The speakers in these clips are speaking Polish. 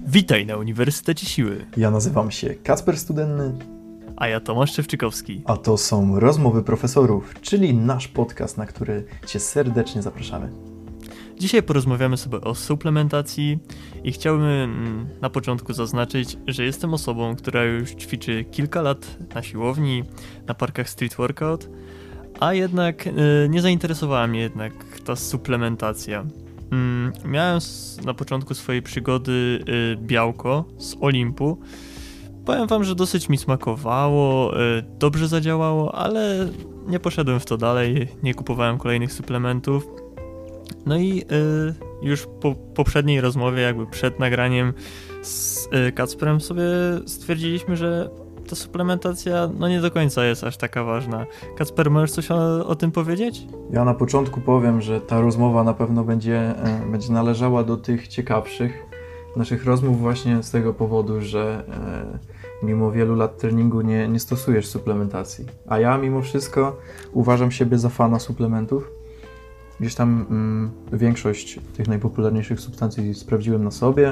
Witaj na Uniwersytecie Siły. Ja nazywam się Kacper Studenny. A ja Tomasz Szewczykowski. A to są Rozmowy Profesorów, czyli nasz podcast, na który Cię serdecznie zapraszamy. Dzisiaj porozmawiamy sobie o suplementacji i chciałbym na początku zaznaczyć, że jestem osobą, która już ćwiczy kilka lat na siłowni, na parkach street workout, a jednak nie zainteresowała mnie jednak ta suplementacja. Miałem na początku swojej przygody białko z Olimpu. Powiem wam, że dosyć mi smakowało, dobrze zadziałało, ale nie poszedłem w to dalej, nie kupowałem kolejnych suplementów. No i już po poprzedniej rozmowie, jakby przed nagraniem z Kacprem sobie stwierdziliśmy, że ta suplementacja no nie do końca jest aż taka ważna. Kacper, możesz coś o tym powiedzieć? Ja na początku powiem, że ta rozmowa na pewno będzie należała do tych ciekawszych naszych rozmów właśnie z tego powodu, że mimo wielu lat treningu nie stosujesz suplementacji. A ja mimo wszystko uważam siebie za fana suplementów. Gdzieś tam większość tych najpopularniejszych substancji sprawdziłem na sobie.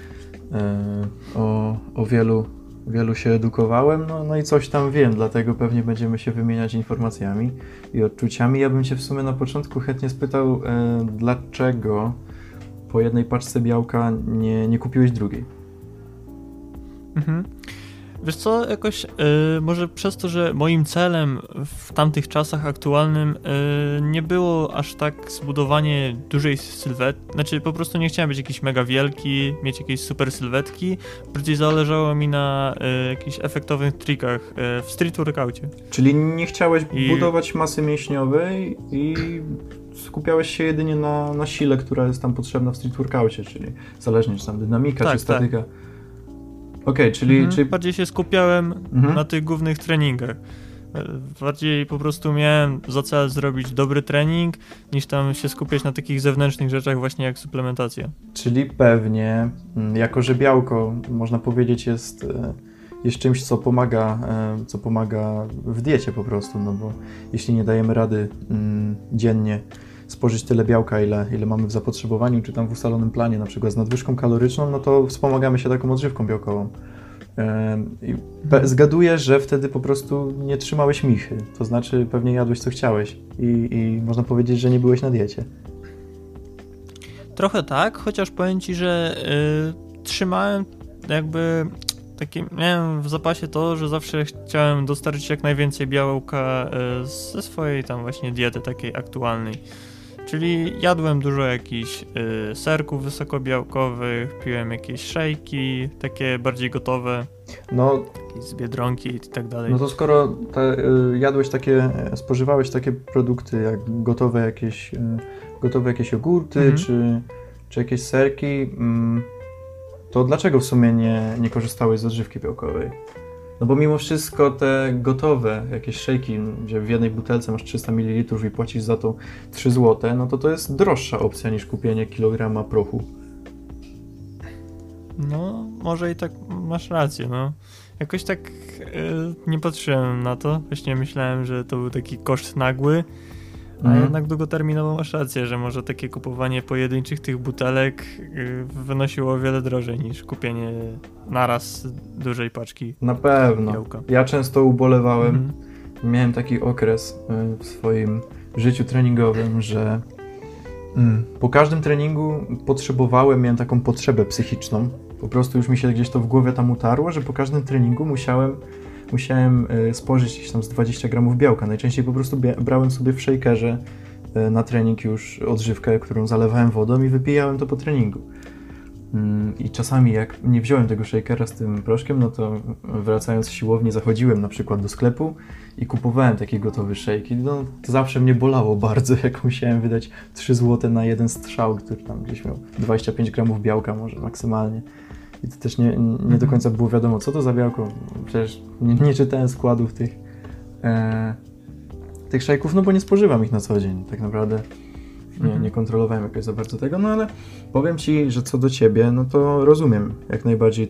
O wielu się edukowałem, no i coś tam wiem, dlatego pewnie będziemy się wymieniać informacjami i odczuciami. Ja bym Cię w sumie na początku chętnie spytał, dlaczego po jednej paczce białka nie kupiłeś drugiej? Wiesz co, jakoś może przez to, że moim celem w tamtych czasach aktualnym nie było aż tak zbudowanie dużej sylwetki, znaczy po prostu nie chciałem być jakiś mega wielki, mieć jakieś super sylwetki, bardziej zależało mi na jakichś efektownych trikach w street workoucie. Czyli nie chciałeś budować masy mięśniowej i skupiałeś się jedynie na sile, która jest tam potrzebna w street workoucie, czyli zależnie czy tam dynamika, czy statyka. Tak. Okej, czyli bardziej się skupiałem na tych głównych treningach. Bardziej po prostu miałem za cel zrobić dobry trening, niż tam się skupiać na takich zewnętrznych rzeczach właśnie jak suplementacja. Czyli pewnie, jako że białko, można powiedzieć, jest czymś, co pomaga w diecie po prostu, no bo jeśli nie dajemy rady dziennie spożyć tyle białka, ile mamy w zapotrzebowaniu, czy tam w ustalonym planie, na przykład z nadwyżką kaloryczną, no to wspomagamy się taką odżywką białkową. Zgaduję, że wtedy po prostu nie trzymałeś michy, to znaczy pewnie jadłeś co chciałeś i można powiedzieć, że nie byłeś na diecie. Trochę tak, chociaż powiem Ci, że trzymałem jakby miałem w zapasie to, że zawsze chciałem dostarczyć jak najwięcej białka ze swojej tam właśnie diety takiej aktualnej. Czyli jadłem dużo jakichś serków wysokobiałkowych, piłem jakieś szejki, takie bardziej gotowe, z Biedronki i tak dalej. No to skoro spożywałeś takie produkty jak gotowe jakieś jogurty, czy jakieś serki, to dlaczego w sumie nie korzystałeś z odżywki białkowej? No bo mimo wszystko te gotowe jakieś szejki, gdzie w jednej butelce masz 300 ml i płacisz za to 3 zł, no to jest droższa opcja niż kupienie kilograma prochu. No, może i tak masz rację, no. Jakoś tak nie patrzyłem na to, właśnie myślałem, że to był taki koszt nagły, a jednak długoterminowo masz rację, że może takie kupowanie pojedynczych tych butelek wynosiło o wiele drożej niż kupienie naraz dużej paczki. Na pewno. Białka. Ja często ubolewałem. Miałem taki okres w swoim życiu treningowym, że po każdym treningu miałem taką potrzebę psychiczną. Po prostu już mi się gdzieś to w głowie tam utarło, że po każdym treningu musiałem spożyć gdzieś tam z 20 gramów białka. Najczęściej po prostu brałem sobie w shakerze na trening już odżywkę, którą zalewałem wodą i wypijałem to po treningu. I czasami jak nie wziąłem tego shakera z tym proszkiem, no to wracając z siłowni zachodziłem na przykład do sklepu i kupowałem taki gotowy shake. I no, to zawsze mnie bolało bardzo, jak musiałem wydać 3 zł na jeden strzał, który tam gdzieś miał 25 gramów białka może maksymalnie. I to też nie do końca było wiadomo, co to za białko. Przecież nie czytałem składów tych szejków, no bo nie spożywam ich na co dzień. Tak naprawdę nie kontrolowałem jakoś za bardzo tego, no ale powiem Ci, że co do Ciebie, no to rozumiem jak najbardziej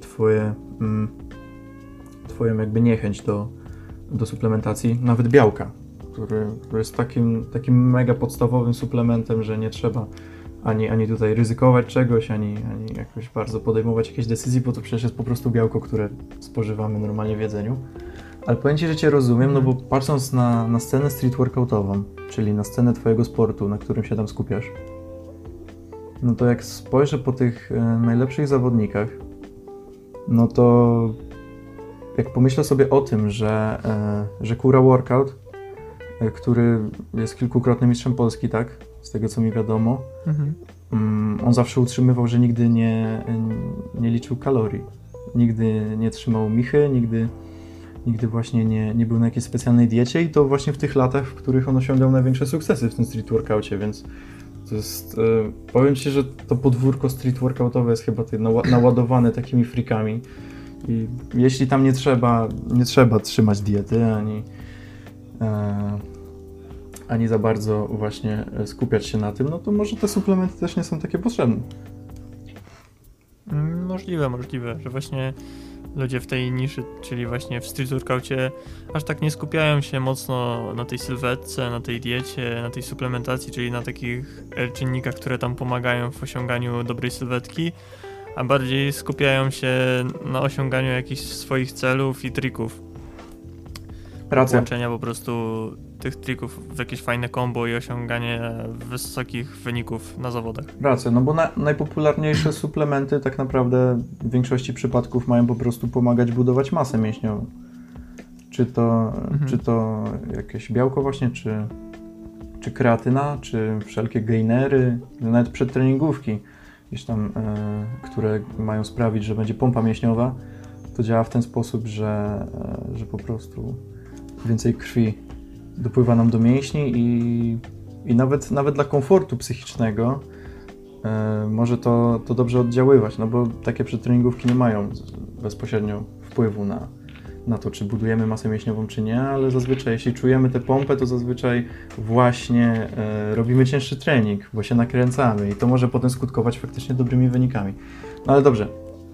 Twoją jakby niechęć do suplementacji, nawet białka, który jest takim mega podstawowym suplementem, że nie trzeba ani tutaj ryzykować czegoś, ani jakoś bardzo podejmować jakieś decyzji, bo to przecież jest po prostu białko, które spożywamy normalnie w jedzeniu. Ale powiem Ci, że Cię rozumiem, no bo patrząc na scenę street workoutową, czyli na scenę Twojego sportu, na którym się tam skupiasz, no to jak spojrzę po tych najlepszych zawodnikach, no to jak pomyślę sobie o tym, że Kura Workout, który jest kilkukrotnym mistrzem Polski, tak, z tego co mi wiadomo, on zawsze utrzymywał, że nigdy nie liczył kalorii, nigdy nie trzymał michy, nigdy właśnie nie był na jakiejś specjalnej diecie i to właśnie w tych latach, w których on osiągał największe sukcesy w tym street workoutie, więc to jest, powiem Ci, że to podwórko street workoutowe jest chyba naładowane takimi freakami i jeśli tam nie trzeba trzymać diety, ani za bardzo właśnie skupiać się na tym, no to może te suplementy też nie są takie potrzebne. Możliwe, że właśnie ludzie w tej niszy, czyli właśnie w street workoutie, aż tak nie skupiają się mocno na tej sylwetce, na tej diecie, na tej suplementacji, czyli na takich czynnikach, które tam pomagają w osiąganiu dobrej sylwetki, a bardziej skupiają się na osiąganiu jakichś swoich celów i trików. Racja. Włączenia po prostu tych trików w jakieś fajne combo i osiąganie wysokich wyników na zawodach. Racja, no bo najpopularniejsze suplementy tak naprawdę w większości przypadków mają po prostu pomagać budować masę mięśniową. Czy to jakieś białko właśnie, czy kreatyna, czy wszelkie gainery, nawet przedtreningówki gdzieś tam, które mają sprawić, że będzie pompa mięśniowa, to działa w ten sposób, że po prostu więcej krwi dopływa nam do mięśni i nawet dla komfortu psychicznego może to dobrze oddziaływać, no bo takie przedtreningówki nie mają bezpośrednio wpływu na to, czy budujemy masę mięśniową, czy nie, ale zazwyczaj jeśli czujemy tę pompę, to zazwyczaj właśnie robimy cięższy trening, bo się nakręcamy i to może potem skutkować faktycznie dobrymi wynikami. No ale dobrze,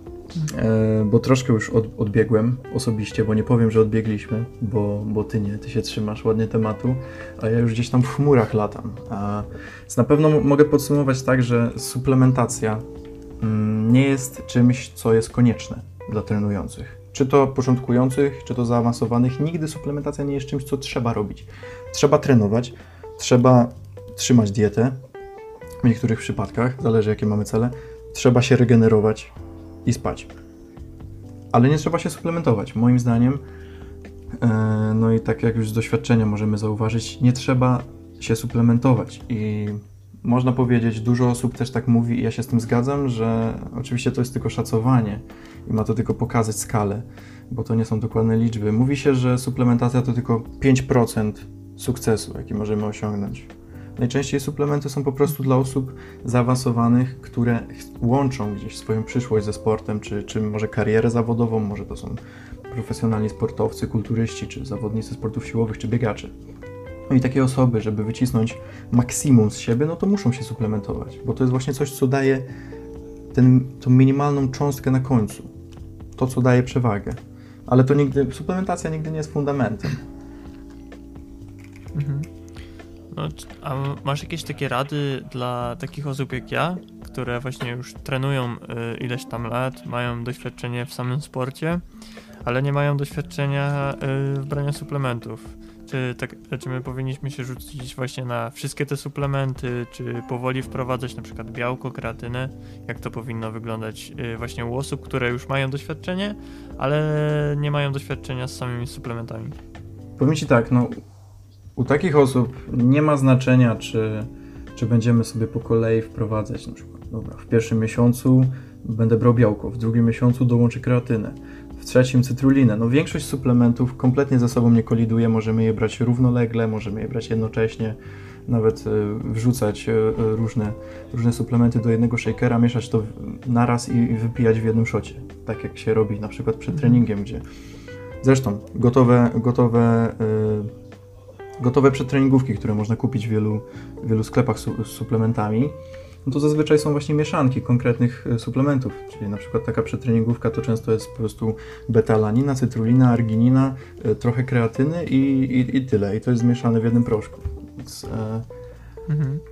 bo troszkę już odbiegłem osobiście, bo nie powiem, że odbiegliśmy, bo ty się trzymasz ładnie tematu, a ja już gdzieś tam w chmurach latam. Więc na pewno mogę podsumować tak, że suplementacja nie jest czymś, co jest konieczne dla trenujących. Czy to początkujących, czy to zaawansowanych, nigdy suplementacja nie jest czymś, co trzeba robić. Trzeba trenować, trzeba trzymać dietę, w niektórych przypadkach, zależy jakie mamy cele, trzeba się regenerować i spać. Ale nie trzeba się suplementować. Moim zdaniem, no i tak jak już z doświadczenia możemy zauważyć, nie trzeba się suplementować i można powiedzieć, dużo osób też tak mówi i ja się z tym zgadzam, że oczywiście to jest tylko szacowanie i ma to tylko pokazać skalę, bo to nie są dokładne liczby. Mówi się, że suplementacja to tylko 5% sukcesu, jaki możemy osiągnąć. Najczęściej suplementy są po prostu dla osób zaawansowanych, które łączą gdzieś swoją przyszłość ze sportem, czy może karierę zawodową, może to są profesjonalni sportowcy, kulturyści, czy zawodnicy sportów siłowych, czy biegacze. No i takie osoby, żeby wycisnąć maksimum z siebie, no to muszą się suplementować, bo to jest właśnie coś, co daje tą minimalną cząstkę na końcu. To, co daje przewagę. Ale to suplementacja nigdy nie jest fundamentem. No, a masz jakieś takie rady dla takich osób jak ja, które właśnie już trenują ileś tam lat, mają doświadczenie w samym sporcie, ale nie mają doświadczenia w braniu suplementów? Czy my powinniśmy się rzucić właśnie na wszystkie te suplementy, czy powoli wprowadzać na przykład białko, kreatynę? Jak to powinno wyglądać właśnie u osób, które już mają doświadczenie, ale nie mają doświadczenia z samymi suplementami? Powiem Ci tak, no u takich osób nie ma znaczenia, czy będziemy sobie po kolei wprowadzać na przykład, dobra, w pierwszym miesiącu będę brał białko, w drugim miesiącu dołączę kreatynę, w trzecim cytrulinę. No większość suplementów kompletnie ze sobą nie koliduje, możemy je brać równolegle, możemy je brać jednocześnie, nawet wrzucać różne suplementy do jednego shakera, mieszać to naraz i wypijać w jednym szocie, tak jak się robi na przykład przed treningiem, gdzie zresztą gotowe przedtreningówki, które można kupić w wielu sklepach z suplementami, no to zazwyczaj są właśnie mieszanki konkretnych suplementów, czyli na przykład taka przedtreningówka to często jest po prostu beta-alanina, cytrulina, arginina, trochę kreatyny i tyle. I to jest zmieszane w jednym proszku. Więc,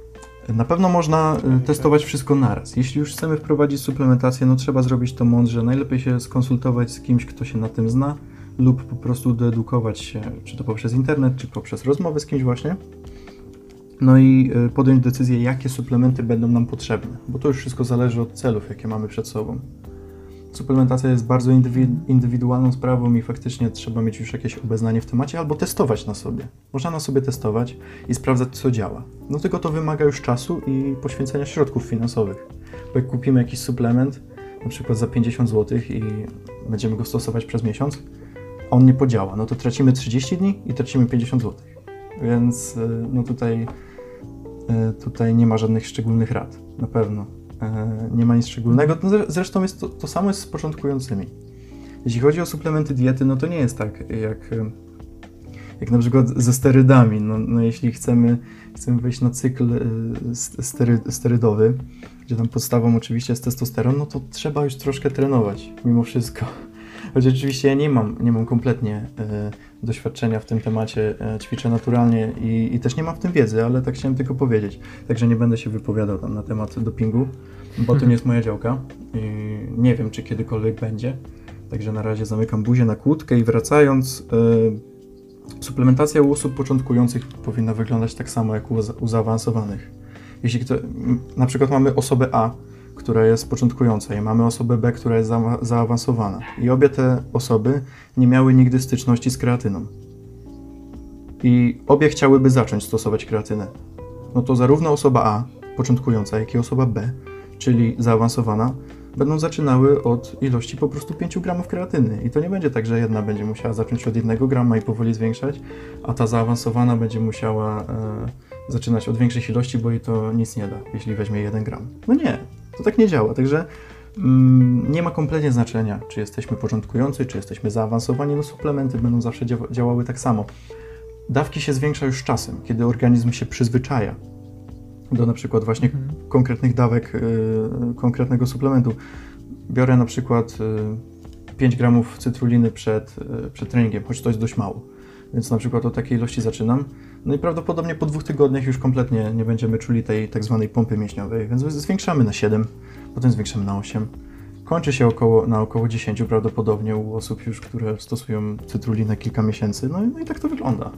Na pewno można testować wszystko naraz. Jeśli już chcemy wprowadzić suplementację, no trzeba zrobić to mądrze. Najlepiej się skonsultować z kimś, kto się na tym zna, lub po prostu doedukować się, czy to poprzez internet, czy poprzez rozmowę z kimś właśnie. No i podjąć decyzję, jakie suplementy będą nam potrzebne, bo to już wszystko zależy od celów, jakie mamy przed sobą. Suplementacja jest bardzo indywidualną sprawą i faktycznie trzeba mieć już jakieś obeznanie w temacie albo testować na sobie. Można na sobie testować i sprawdzać, co działa. No tylko to wymaga już czasu i poświęcenia środków finansowych. Bo jak kupimy jakiś suplement, na przykład za 50 zł i będziemy go stosować przez miesiąc, a on nie podziała, no to tracimy 30 dni i tracimy 50 zł. Więc no tutaj nie ma żadnych szczególnych rad, na pewno. Nie ma nic szczególnego. No zresztą jest to samo jest z początkującymi. Jeśli chodzi o suplementy diety, no to nie jest tak jak na przykład ze sterydami. No jeśli chcemy wejść na cykl sterydowy, gdzie tam podstawą oczywiście jest testosteron, no to trzeba już troszkę trenować, mimo wszystko. Choć oczywiście ja nie mam kompletnie doświadczenia w tym temacie, ćwiczę naturalnie i też nie mam w tym wiedzy, ale tak chciałem tylko powiedzieć. Także nie będę się wypowiadał tam na temat dopingu, bo to nie jest moja działka i nie wiem, czy kiedykolwiek będzie. Także na razie zamykam buzię na kłódkę i wracając, suplementacja u osób początkujących powinna wyglądać tak samo jak u zaawansowanych. Jeśli na przykład mamy osobę A, która jest początkująca i mamy osobę B, która jest zaawansowana. I obie te osoby nie miały nigdy styczności z kreatyną. I obie chciałyby zacząć stosować kreatynę. No to zarówno osoba A, początkująca, jak i osoba B, czyli zaawansowana, będą zaczynały od ilości po prostu 5 gramów kreatyny. I to nie będzie tak, że jedna będzie musiała zacząć od 1 grama i powoli zwiększać, a ta zaawansowana będzie musiała zaczynać od większych ilości, bo jej to nic nie da, jeśli weźmie 1 gram. No nie, to tak nie działa. Także nie ma kompletnie znaczenia, czy jesteśmy początkujący, czy jesteśmy zaawansowani. No suplementy będą zawsze działały tak samo. Dawki się zwiększa już z czasem, kiedy organizm się przyzwyczaja do na przykład właśnie konkretnych dawek konkretnego suplementu. Biorę na przykład 5 gramów cytruliny przed treningiem, choć to jest dość mało. Więc na przykład od takiej ilości zaczynam. No i prawdopodobnie po 2 tygodniach już kompletnie nie będziemy czuli tej tak zwanej pompy mięśniowej, więc zwiększamy na 7, potem zwiększamy na 8. Kończy się na około 10 prawdopodobnie u osób już, które stosują cytrulinę kilka miesięcy. No i tak to wygląda.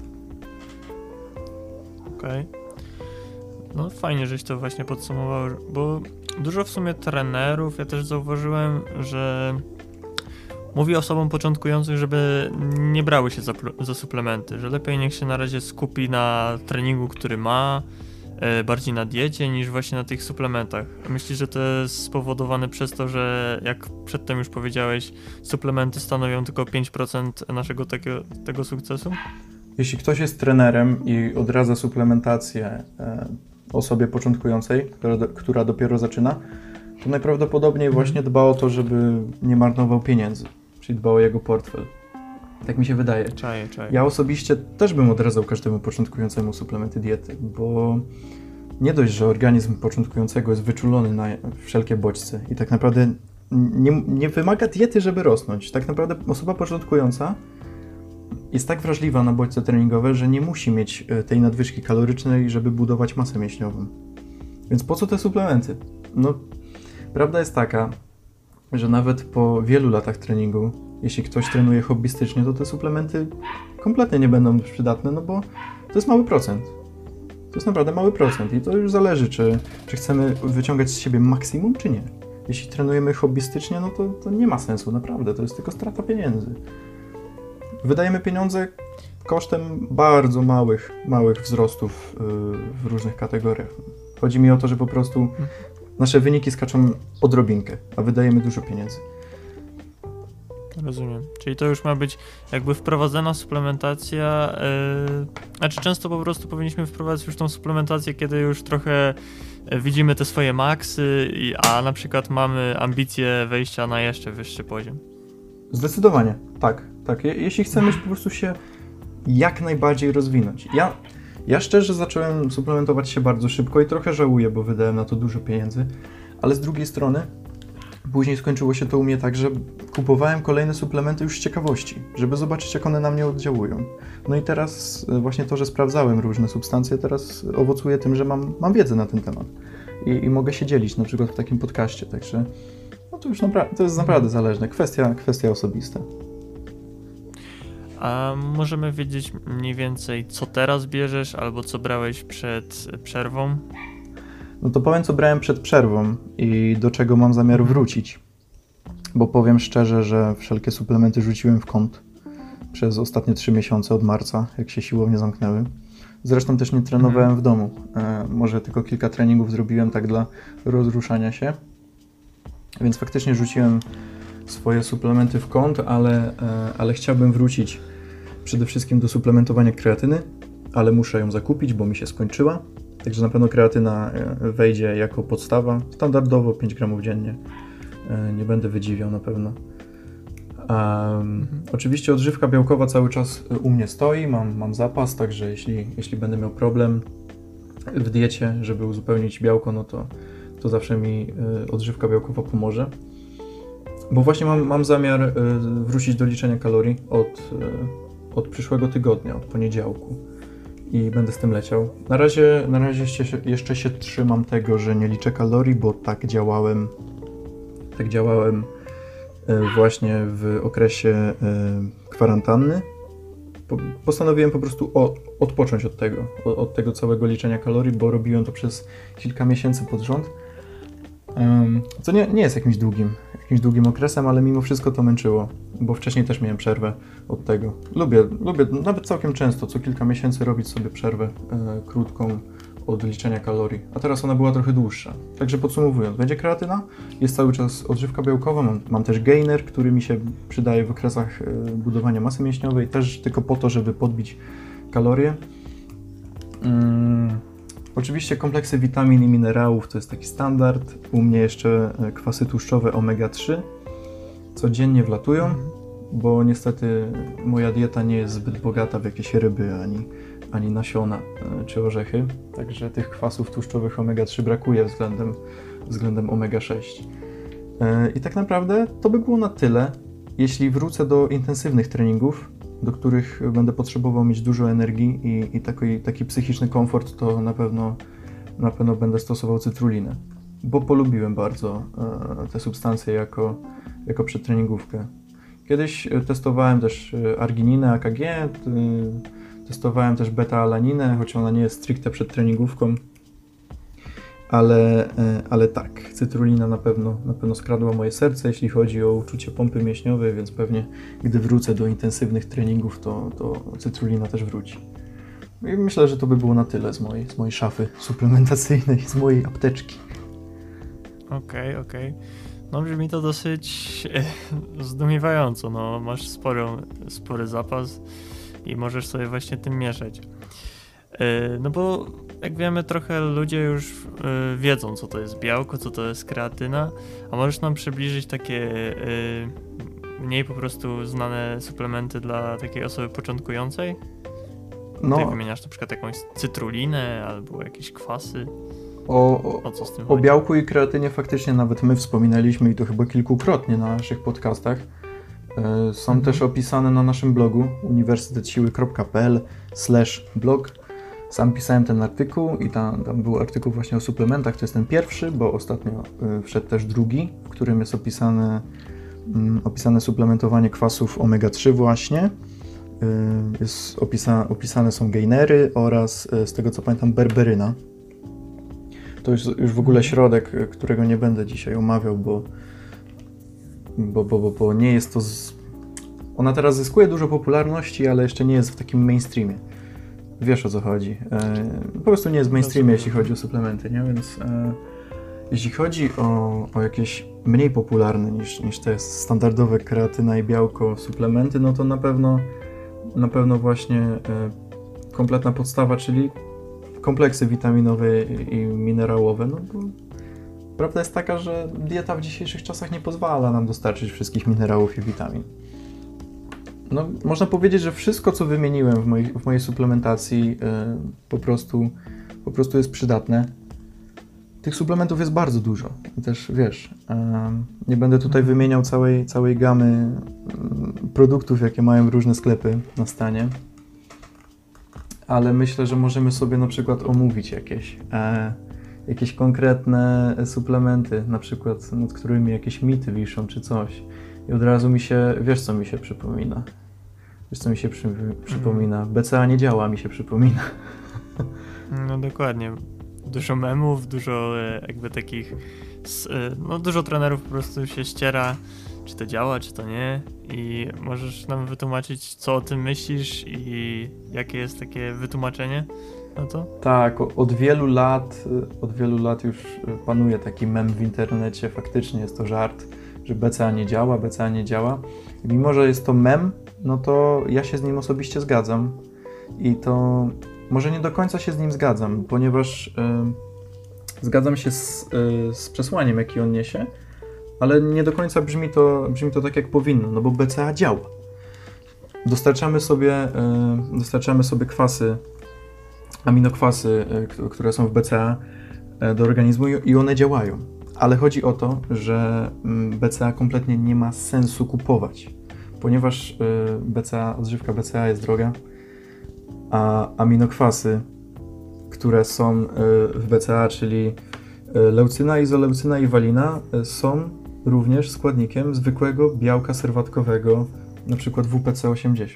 Okej. No fajnie, żeś to właśnie podsumował, bo dużo w sumie trenerów, ja też zauważyłem, że mówi osobom początkującym, żeby nie brały się za suplementy, że lepiej niech się na razie skupi na treningu, który ma, bardziej na diecie niż właśnie na tych suplementach. Myślisz, że to jest spowodowane przez to, że jak przedtem już powiedziałeś, suplementy stanowią tylko 5% naszego tego sukcesu? Jeśli ktoś jest trenerem i odradza suplementację osobie początkującej, która dopiero zaczyna, to najprawdopodobniej właśnie dba o to, żeby nie marnował pieniędzy, czyli dba o jego portfel. Tak mi się wydaje. Czaję. Ja osobiście też bym odradzał każdemu początkującemu suplementy diety, bo nie dość, że organizm początkującego jest wyczulony na wszelkie bodźce i tak naprawdę nie wymaga diety, żeby rosnąć. Tak naprawdę osoba początkująca jest tak wrażliwa na bodźce treningowe, że nie musi mieć tej nadwyżki kalorycznej, żeby budować masę mięśniową. Więc po co te suplementy? No, prawda jest taka, że nawet po wielu latach treningu, jeśli ktoś trenuje hobbystycznie, to te suplementy kompletnie nie będą przydatne, no bo to jest mały procent. To jest naprawdę mały procent i to już zależy, czy chcemy wyciągać z siebie maksimum, czy nie. Jeśli trenujemy hobbystycznie, no to nie ma sensu, naprawdę, to jest tylko strata pieniędzy. Wydajemy pieniądze kosztem bardzo małych wzrostów w różnych kategoriach. Chodzi mi o to, że po prostu nasze wyniki skaczą odrobinkę, a wydajemy dużo pieniędzy. Rozumiem. Czyli to już ma być jakby wprowadzona suplementacja, znaczy często po prostu powinniśmy wprowadzać już tą suplementację, kiedy już trochę widzimy te swoje maksy, a na przykład mamy ambicje wejścia na jeszcze wyższy poziom. Zdecydowanie, tak. Jeśli chcemy po prostu się jak najbardziej rozwinąć. Ja szczerze zacząłem suplementować się bardzo szybko i trochę żałuję, bo wydałem na to dużo pieniędzy, ale z drugiej strony Później skończyło się to u mnie tak, że kupowałem kolejne suplementy już z ciekawości, żeby zobaczyć, jak one na mnie oddziałują. No i teraz właśnie to, że sprawdzałem różne substancje, teraz owocuje tym, że mam wiedzę na ten temat i mogę się dzielić na przykład w takim podcaście, także no to już to jest naprawdę zależne, kwestia osobista. A możemy wiedzieć mniej więcej, co teraz bierzesz, albo co brałeś przed przerwą? No to powiem, co brałem przed przerwą i do czego mam zamiar wrócić. Bo powiem szczerze, że wszelkie suplementy rzuciłem w kąt przez ostatnie 3 miesiące od marca, jak się siłownie zamknęły. Zresztą też nie trenowałem w domu. Może tylko kilka treningów zrobiłem tak dla rozruszania się. Więc faktycznie rzuciłem swoje suplementy w kąt, ale chciałbym wrócić przede wszystkim do suplementowania kreatyny, ale muszę ją zakupić, bo mi się skończyła. Także na pewno kreatyna wejdzie jako podstawa, standardowo 5 gramów dziennie. Nie będę wydziwiał na pewno. Oczywiście odżywka białkowa cały czas u mnie stoi, mam zapas, także jeśli będę miał problem w diecie, żeby uzupełnić białko, no to zawsze mi odżywka białkowa pomoże. Bo właśnie mam zamiar wrócić do liczenia kalorii od przyszłego tygodnia, od poniedziałku. I będę z tym leciał. Na razie jeszcze się trzymam tego, że nie liczę kalorii, bo tak działałem właśnie w okresie kwarantanny. Postanowiłem po prostu odpocząć od tego całego liczenia kalorii, bo robiłem to przez kilka miesięcy pod rząd. Co nie jest jakimś długim okresem, ale mimo wszystko to męczyło, bo wcześniej też miałem przerwę od tego. Lubię nawet całkiem często, co kilka miesięcy robić sobie przerwę krótką od liczenia kalorii, a teraz ona była trochę dłuższa. Także podsumowując, będzie kreatyna, jest cały czas odżywka białkowa, mam też gainer, który mi się przydaje w okresach budowania masy mięśniowej, też tylko po to, żeby podbić kalorie. Oczywiście kompleksy witamin i minerałów to jest taki standard. U mnie jeszcze kwasy tłuszczowe omega-3 codziennie wlatują, bo niestety moja dieta nie jest zbyt bogata w jakieś ryby ani nasiona czy orzechy. Także tych kwasów tłuszczowych omega-3 brakuje względem omega-6. I tak naprawdę to by było na tyle. Jeśli wrócę do intensywnych treningów, do których będę potrzebował mieć dużo energii i taki psychiczny komfort, to na pewno będę stosował cytrulinę, bo polubiłem bardzo te substancje jako przedtreningówkę. Kiedyś testowałem też argininę, AKG, testowałem też beta-alaninę, choć ona nie jest stricte przedtreningówką, ale tak, cytrulina na pewno skradła moje serce, jeśli chodzi o uczucie pompy mięśniowej, więc pewnie gdy wrócę do intensywnych treningów, to cytrulina też wróci. I myślę, że to by było na tyle z mojej szafy suplementacyjnej, z mojej apteczki. Okej. No brzmi to dosyć zdumiewająco, no masz spory zapas i możesz sobie właśnie tym mieszać. No bo jak wiemy, trochę ludzie już wiedzą, co to jest białko, co to jest kreatyna, a możesz nam przybliżyć takie mniej po prostu znane suplementy dla takiej osoby początkującej? Tutaj wymieniasz na przykład jakąś cytrulinę albo jakieś kwasy. O co z tym o białku i kreatynie faktycznie nawet my wspominaliśmy i to chyba kilkukrotnie na naszych podcastach. Są też opisane na naszym blogu uniwersytetsiły.pl/blog. Sam pisałem ten artykuł i tam był artykuł właśnie o suplementach. To jest ten pierwszy, bo ostatnio wszedł też drugi, w którym jest opisane suplementowanie kwasów omega-3 właśnie. Opisane są gainery oraz, z tego co pamiętam, berberyna. To już w ogóle środek, którego nie będę dzisiaj omawiał, bo nie jest to... Ona teraz zyskuje dużo popularności, ale jeszcze nie jest w takim mainstreamie. Wiesz, o co chodzi. Po prostu nie jest w mainstreamie, jeśli chodzi o suplementy, nie? Więc jeśli chodzi o jakieś mniej popularne niż te standardowe kreatyna i białko suplementy, no to na pewno właśnie kompletna podstawa, czyli kompleksy witaminowe i minerałowe, no bo prawda jest taka, że dieta w dzisiejszych czasach nie pozwala nam dostarczyć wszystkich minerałów i witamin. No, można powiedzieć, że wszystko, co wymieniłem w mojej suplementacji po prostu jest przydatne. Tych suplementów jest bardzo dużo. I też wiesz, nie będę tutaj wymieniał całej gamy produktów, jakie mają różne sklepy na stanie, ale myślę, że możemy sobie na przykład omówić jakieś konkretne suplementy, na przykład nad którymi jakieś mity wiszą czy coś. I od razu wiesz co mi się przypomina? Wiesz co mi się przypomina? BCA nie działa, mi się przypomina. No dokładnie. Dużo memów, dużo jakby takich, no dużo trenerów po prostu się ściera, czy to działa, czy to nie, i możesz nam wytłumaczyć, co o tym myślisz i jakie jest takie wytłumaczenie na to? Tak, od wielu lat już panuje taki mem w internecie, faktycznie jest to żart, że BCA nie działa, BCA nie działa. I mimo że jest to mem, no to ja się z nim osobiście zgadzam i to może nie do końca się z nim zgadzam, ponieważ zgadzam się z przesłaniem, jaki on niesie, ale nie do końca brzmi to tak, jak powinno, no bo BCA działa. Dostarczamy sobie kwasy, aminokwasy, które są w BCA do organizmu i one działają. Ale chodzi o to, że BCA kompletnie nie ma sensu kupować, ponieważ odżywka BCA jest droga, a aminokwasy, które są w BCA, czyli leucyna, izoleucyna i walina, są również składnikiem zwykłego białka serwatkowego, na przykład WPC80.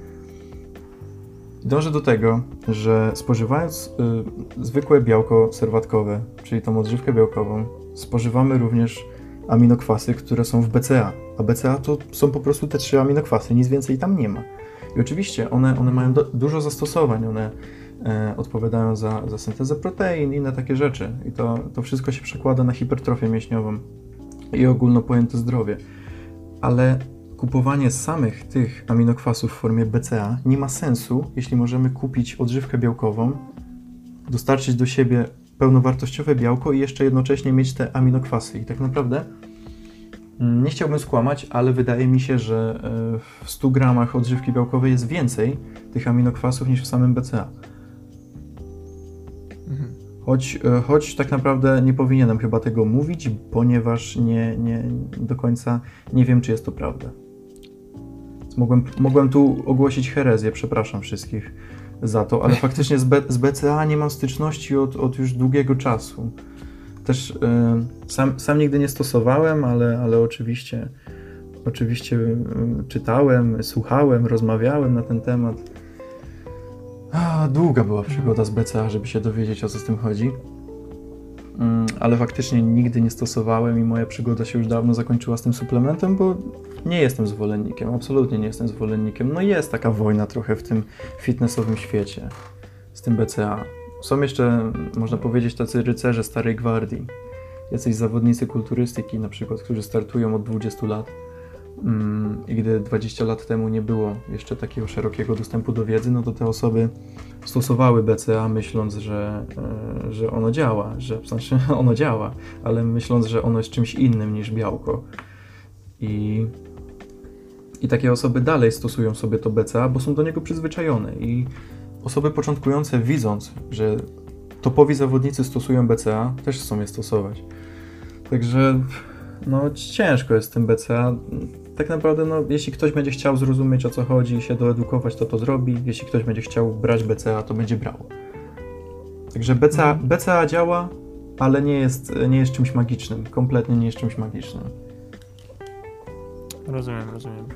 Dążę do tego, że spożywając zwykłe białko serwatkowe, czyli tą odżywkę białkową, spożywamy również aminokwasy, które są w BCA, a BCA to są po prostu te 3 aminokwasy, nic więcej tam nie ma. I oczywiście one mają dużo zastosowań, one odpowiadają za syntezę protein i inne takie rzeczy. I to wszystko się przekłada na hipertrofię mięśniową i ogólno pojęte zdrowie. Ale kupowanie samych tych aminokwasów w formie BCA nie ma sensu, jeśli możemy kupić odżywkę białkową, dostarczyć do siebie pełnowartościowe białko i jeszcze jednocześnie mieć te aminokwasy. I tak naprawdę nie chciałbym skłamać, ale wydaje mi się, że w 100 gramach odżywki białkowej jest więcej tych aminokwasów niż w samym BCA. Choć tak naprawdę nie powinienem chyba tego mówić, ponieważ nie do końca nie wiem, czy jest to prawda. Więc mogłem tu ogłosić herezję, przepraszam wszystkich za to, ale faktycznie z BCA nie mam styczności od już długiego czasu. Też sam nigdy nie stosowałem, ale oczywiście czytałem, słuchałem, rozmawiałem na ten temat. Długa była przygoda z BCA, żeby się dowiedzieć, o co z tym chodzi. Ale faktycznie nigdy nie stosowałem i moja przygoda się już dawno zakończyła z tym suplementem, bo nie jestem zwolennikiem, absolutnie nie jestem zwolennikiem. No jest taka wojna trochę w tym fitnessowym świecie z tym BCA. Są jeszcze, można powiedzieć, tacy rycerze starej gwardii, jacyś zawodnicy kulturystyki na przykład, którzy startują od 20 lat. I gdy 20 lat temu nie było jeszcze takiego szerokiego dostępu do wiedzy, no to te osoby stosowały BCA, myśląc, że ono działa, w sensie ono działa, ale myśląc, że ono jest czymś innym niż białko. I takie osoby dalej stosują sobie to BCA, bo są do niego przyzwyczajone. I osoby początkujące, widząc, że topowi zawodnicy stosują BCA, też chcą je stosować. Także no ciężko jest z tym BCA. Tak naprawdę, no, jeśli ktoś będzie chciał zrozumieć, o co chodzi i się doedukować, to zrobi. Jeśli ktoś będzie chciał brać BCA, to będzie brał. Także BCA działa, ale nie jest czymś magicznym. Kompletnie nie jest czymś magicznym. Rozumiem.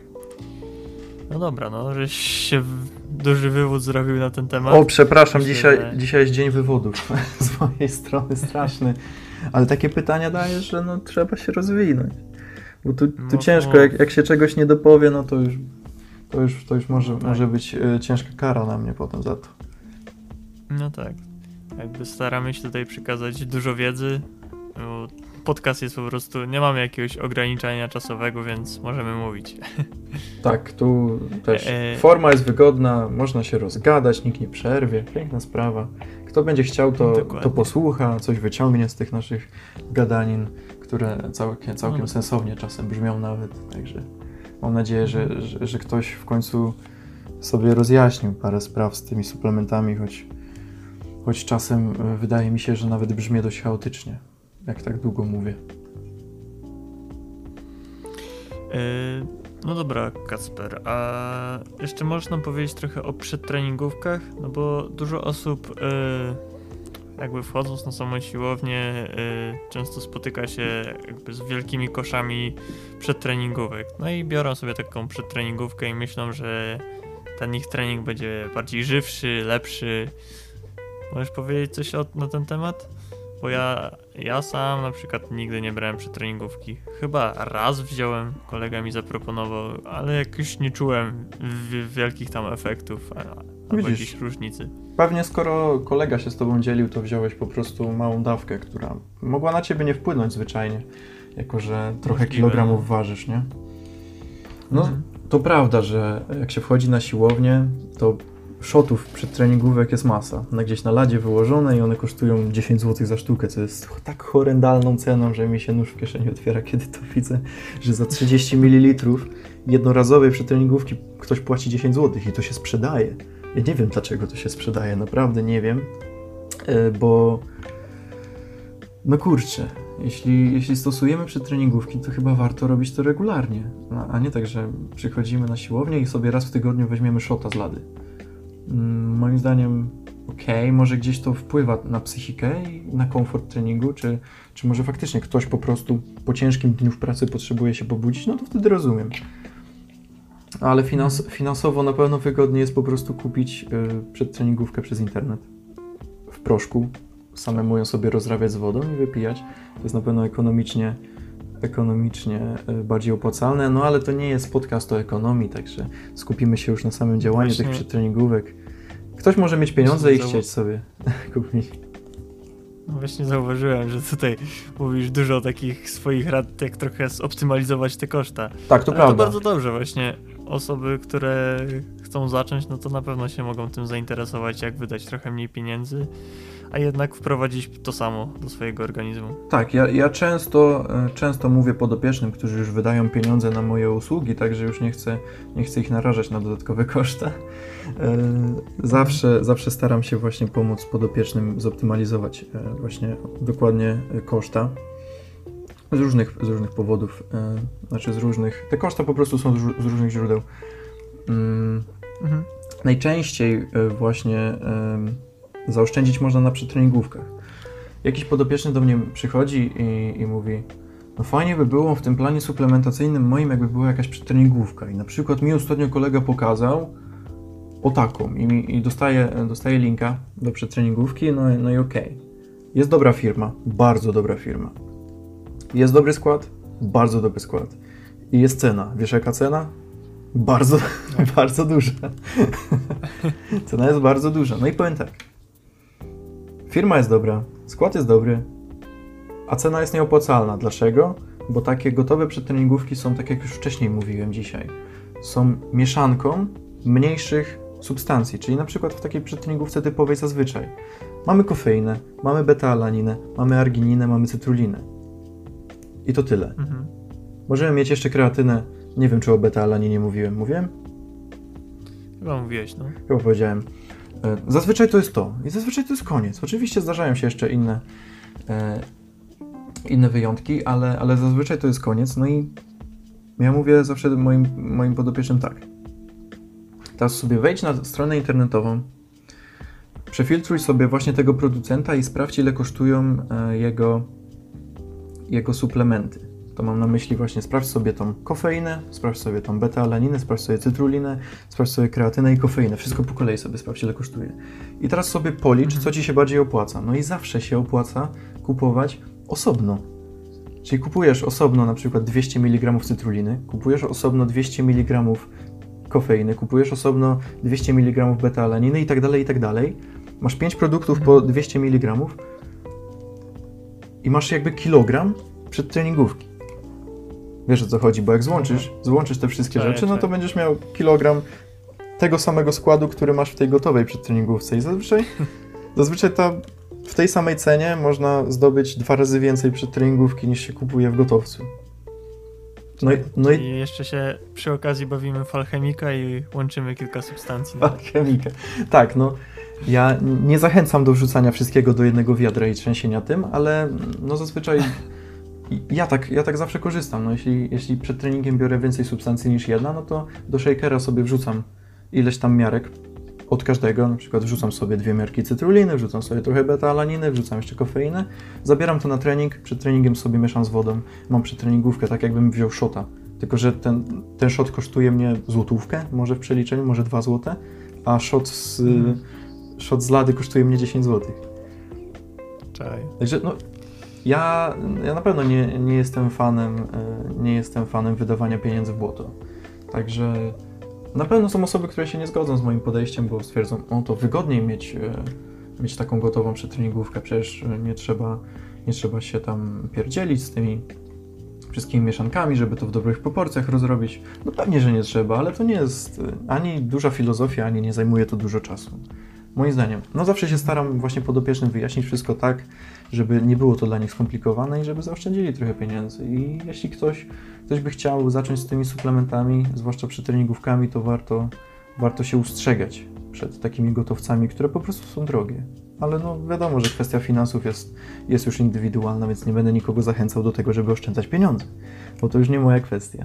No dobra, no, żeś się duży wywód zrobił na ten temat. O, przepraszam, dzisiaj jest dzień wywodów z mojej strony, straszny. Ale takie pytania dajesz, że no, trzeba się rozwinąć. Bo tu ciężko, jak się czegoś nie dopowie, no to już może być ciężka kara na mnie potem za to. No tak. Jakby staramy się tutaj przekazać dużo wiedzy. Podcast jest po prostu, nie mamy jakiegoś ograniczenia czasowego, więc możemy mówić. Tak, tu też forma jest wygodna, można się rozgadać, nikt nie przerwie, piękna sprawa. Kto będzie chciał, to posłucha, coś wyciągnie z tych naszych gadanin, które całkiem sensownie czasem brzmią nawet, także mam nadzieję, że ktoś w końcu sobie rozjaśnił parę spraw z tymi suplementami, choć czasem wydaje mi się, że nawet brzmię dość chaotycznie, jak tak długo mówię. No dobra, Kacper, a jeszcze możesz nam powiedzieć trochę o przedtreningówkach? No bo dużo osób jakby wchodząc na samą siłownię często spotyka się jakby z wielkimi koszami przedtreningówek. No i biorą sobie taką przedtreningówkę i myślą, że ten ich trening będzie bardziej żywszy, lepszy. Możesz powiedzieć coś na ten temat? Bo ja sam na przykład nigdy nie brałem przedtreningówki. Chyba raz wziąłem, kolega mi zaproponował, ale jakoś nie czułem wielkich tam efektów albo jakiejś różnicy. Pewnie skoro kolega się z tobą dzielił, to wziąłeś po prostu małą dawkę, która mogła na ciebie nie wpłynąć zwyczajnie, jako że trochę kilogramów ważysz, nie? No, to prawda, że jak się wchodzi na siłownię, to shotów przedtreningówek jest masa. Gdzieś na ladzie wyłożone i one kosztują 10 zł za sztukę, co jest tak horrendalną ceną, że mi się nóż w kieszeni otwiera, kiedy to widzę, że za 30 ml jednorazowej przedtreningówki ktoś płaci 10 zł i to się sprzedaje. Ja nie wiem, dlaczego to się sprzedaje, naprawdę nie wiem, bo no kurczę, jeśli stosujemy przedtreningówki, to chyba warto robić to regularnie, a nie tak, że przychodzimy na siłownię i sobie raz w tygodniu weźmiemy shota z lady. Moim zdaniem może gdzieś to wpływa na psychikę i na komfort treningu, czy może faktycznie ktoś po prostu po ciężkim dniu w pracy potrzebuje się pobudzić, no to wtedy rozumiem. Ale finansowo na pewno wygodniej jest po prostu kupić przedtreningówkę przez internet w proszku, samemu ją sobie rozrabiać z wodą i wypijać. To jest na pewno ekonomicznie bardziej opłacalne, no ale to nie jest podcast o ekonomii, także skupimy się już na samym działaniu tych przedtreningówek. Ktoś może mieć pieniądze i chcieć sobie kupić. No właśnie zauważyłem, że tutaj mówisz dużo takich swoich rad, jak trochę zoptymalizować te koszta. Tak, to prawda. To bardzo dobrze właśnie. Osoby, które chcą zacząć, no to na pewno się mogą tym zainteresować, jak wydać trochę mniej pieniędzy, a jednak wprowadzić to samo do swojego organizmu. Tak, ja często mówię podopiecznym, którzy już wydają pieniądze na moje usługi, także już nie chcę ich narażać na dodatkowe koszta. Zawsze staram się właśnie pomóc podopiecznym zoptymalizować właśnie dokładnie koszta. Z różnych powodów, te koszta po prostu są z różnych źródeł. Najczęściej właśnie zaoszczędzić można na przedtreningówkach. Jakiś podopieczny do mnie przychodzi i mówi, no fajnie by było w tym planie suplementacyjnym moim, jakby była jakaś przedtreningówka i na przykład mi ostatnio kolega pokazał o taką i dostaje linka do przedtreningówki, no i okej. Jest dobra firma, bardzo dobra firma. Jest dobry skład, bardzo dobry skład. I jest cena. Wiesz jaka cena? Bardzo, bardzo duża. Cena jest bardzo duża. No i powiem tak. Firma jest dobra, skład jest dobry, a cena jest nieopłacalna. Dlaczego? Bo takie gotowe przedtreningówki są, tak jak już wcześniej mówiłem dzisiaj, są mieszanką mniejszych substancji, czyli na przykład w takiej przedtreningówce typowej zazwyczaj mamy kofeinę, mamy beta-alaninę, mamy argininę, mamy cytrulinę. I to tyle. Możemy mieć jeszcze kreatynę. Nie wiem, czy o beta-alaninie mówiłem. Mówiłem? Chyba mówiłeś, no. Chyba powiedziałem. Zazwyczaj to jest to. I zazwyczaj to jest koniec. Oczywiście zdarzają się jeszcze inne wyjątki, ale zazwyczaj to jest koniec. No i ja mówię zawsze moim podopiecznym tak. Teraz sobie wejdź na stronę internetową, przefiltruj sobie właśnie tego producenta i sprawdź, ile kosztują jego suplementy. To mam na myśli właśnie, sprawdź sobie tą kofeinę, sprawdź sobie tą beta-alaninę, sprawdź sobie cytrulinę, sprawdź sobie kreatynę i kofeinę. Wszystko po kolei sobie sprawdź, ile kosztuje. I teraz sobie policz, co ci się bardziej opłaca. No i zawsze się opłaca kupować osobno. Czyli kupujesz osobno na przykład 200 mg cytruliny, kupujesz osobno 200 mg kofeiny, kupujesz osobno 200 mg beta-alaniny i tak dalej, i tak dalej. Masz 5 produktów po 200 mg i masz jakby kilogram przedtreningówki. Wiesz, o co chodzi, bo jak złączysz te wszystkie rzeczy, no to będziesz miał kilogram tego samego składu, który masz w tej gotowej przedtreningówce i zazwyczaj w tej samej cenie można zdobyć 2 razy więcej przedtreningówki niż się kupuje w gotowcu. I jeszcze się przy okazji bawimy w alchemika i łączymy kilka substancji. Alchemika. Tak, no. Ja nie zachęcam do wrzucania wszystkiego do jednego wiadra i trzęsienia tym, ale no zazwyczaj ja tak zawsze korzystam. No jeśli przed treningiem biorę więcej substancji niż jedna, no to do shakera sobie wrzucam ileś tam miarek od każdego. Na przykład wrzucam sobie 2 miarki cytruliny, wrzucam sobie trochę beta-alaniny, wrzucam jeszcze kofeinę. Zabieram to na trening, przed treningiem sobie mieszam z wodą. Mam przedtreningówkę, tak jakbym wziął shota. Tylko że ten shot kosztuje mnie złotówkę, może w przeliczeniu, może 2 złote, a shot z lady kosztuje mnie 10 zł. Czaj. Także no, ja na pewno nie jestem fanem wydawania pieniędzy w błoto. Także na pewno są osoby, które się nie zgodzą z moim podejściem, bo stwierdzą, to wygodniej mieć taką gotową przedtreningówkę, przecież nie trzeba się tam pierdzielić z tymi wszystkimi mieszankami, żeby to w dobrych proporcjach rozrobić. No pewnie, że nie trzeba, ale to nie jest ani duża filozofia, ani nie zajmuje to dużo czasu. Moim zdaniem. No zawsze się staram właśnie podopiecznym wyjaśnić wszystko tak, żeby nie było to dla nich skomplikowane i żeby zaoszczędzili trochę pieniędzy. I jeśli ktoś by chciał zacząć z tymi suplementami, zwłaszcza przed treningówkami, to warto się ustrzegać przed takimi gotowcami, które po prostu są drogie. Ale no wiadomo, że kwestia finansów jest już indywidualna, więc nie będę nikogo zachęcał do tego, żeby oszczędzać pieniądze, bo to już nie moja kwestia.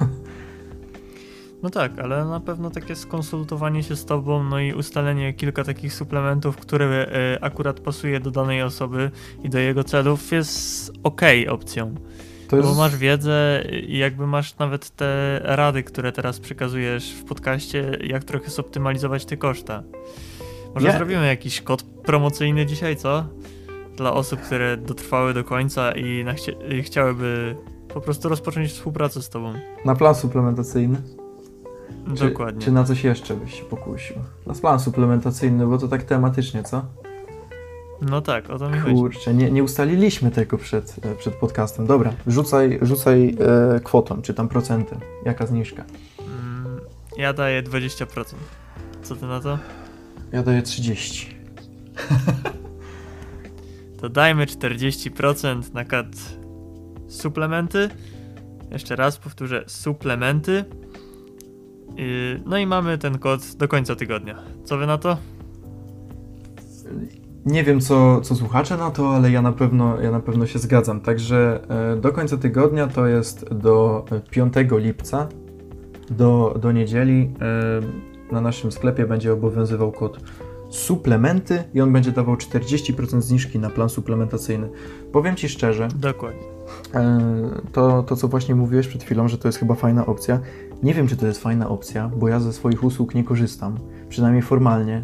No tak, ale na pewno takie skonsultowanie się z tobą, no i ustalenie kilka takich suplementów, które akurat pasuje do danej osoby i do jego celów jest okej opcją. Bo masz wiedzę i jakby masz nawet te rady, które teraz przekazujesz w podcaście, jak trochę zoptymalizować te koszta. Może zrobimy jakiś kod promocyjny dzisiaj, co? Dla osób, które dotrwały do końca i chciałyby po prostu rozpocząć współpracę z tobą. Na plan suplementacyjny? Dokładnie. Czy na coś jeszcze byś się pokusił? Na plan suplementacyjny, bo to tak tematycznie, co? No tak, o to mi chodzi. Kurczę, nie ustaliliśmy tego przed podcastem. Dobra, rzucaj kwotą, czy tam procentem. Jaka zniżka? Ja daję 20%. Co ty na to? Ja daję 30%. To dajmy 40% na kat suplementy. Jeszcze raz powtórzę, suplementy. No i mamy ten kod do końca tygodnia. Co wy na to? Nie wiem, co słuchacze na to, ale ja na pewno się zgadzam. Także do końca tygodnia to jest do 5 lipca, do niedzieli. Na naszym sklepie będzie obowiązywał kod suplementy i on będzie dawał 40% zniżki na plan suplementacyjny. Powiem Ci szczerze. Dokładnie. To, co właśnie mówiłeś przed chwilą, że to jest chyba fajna opcja. Nie wiem, czy to jest fajna opcja, bo ja ze swoich usług nie korzystam, przynajmniej formalnie.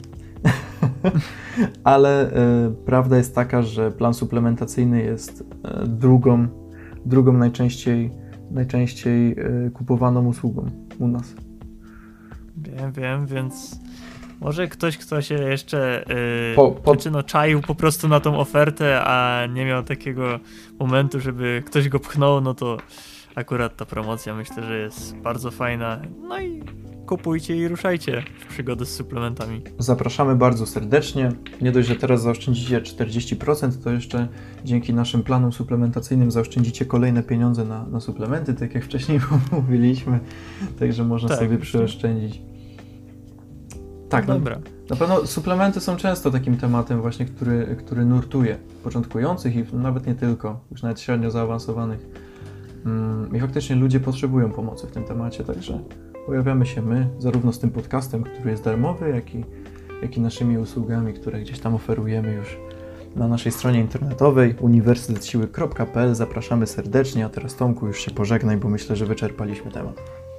Ale prawda jest taka, że plan suplementacyjny jest drugą najczęściej kupowaną usługą u nas. Wiem, więc może ktoś, kto się jeszcze czaił po prostu na tą ofertę, a nie miał takiego momentu, żeby ktoś go pchnął, no to akurat ta promocja myślę, że jest bardzo fajna. No i kupujcie i ruszajcie w przygodę z suplementami. Zapraszamy bardzo serdecznie. Nie dość, że teraz zaoszczędzicie 40%, to jeszcze dzięki naszym planom suplementacyjnym zaoszczędzicie kolejne pieniądze na suplementy, tak jak wcześniej mówiliśmy. Także można sobie przyoszczędzić. Tak, dobra. Na pewno suplementy są często takim tematem właśnie, który nurtuje początkujących i nawet nie tylko, już nawet średnio zaawansowanych. I faktycznie ludzie potrzebują pomocy w tym temacie, także pojawiamy się my, zarówno z tym podcastem, który jest darmowy, jak i naszymi usługami, które gdzieś tam oferujemy już na naszej stronie internetowej uniwersytetsiły.pl. Zapraszamy serdecznie, a teraz Tomku już się pożegnaj, bo myślę, że wyczerpaliśmy temat.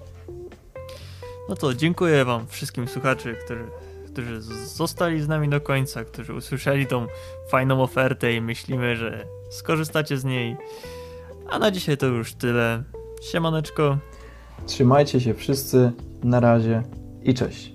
No to dziękuję Wam wszystkim słuchaczy, którzy zostali z nami do końca, którzy usłyszeli tą fajną ofertę i myślimy, że skorzystacie z niej. A na dzisiaj to już tyle. Siemaneczko. Trzymajcie się wszyscy, na razie i cześć.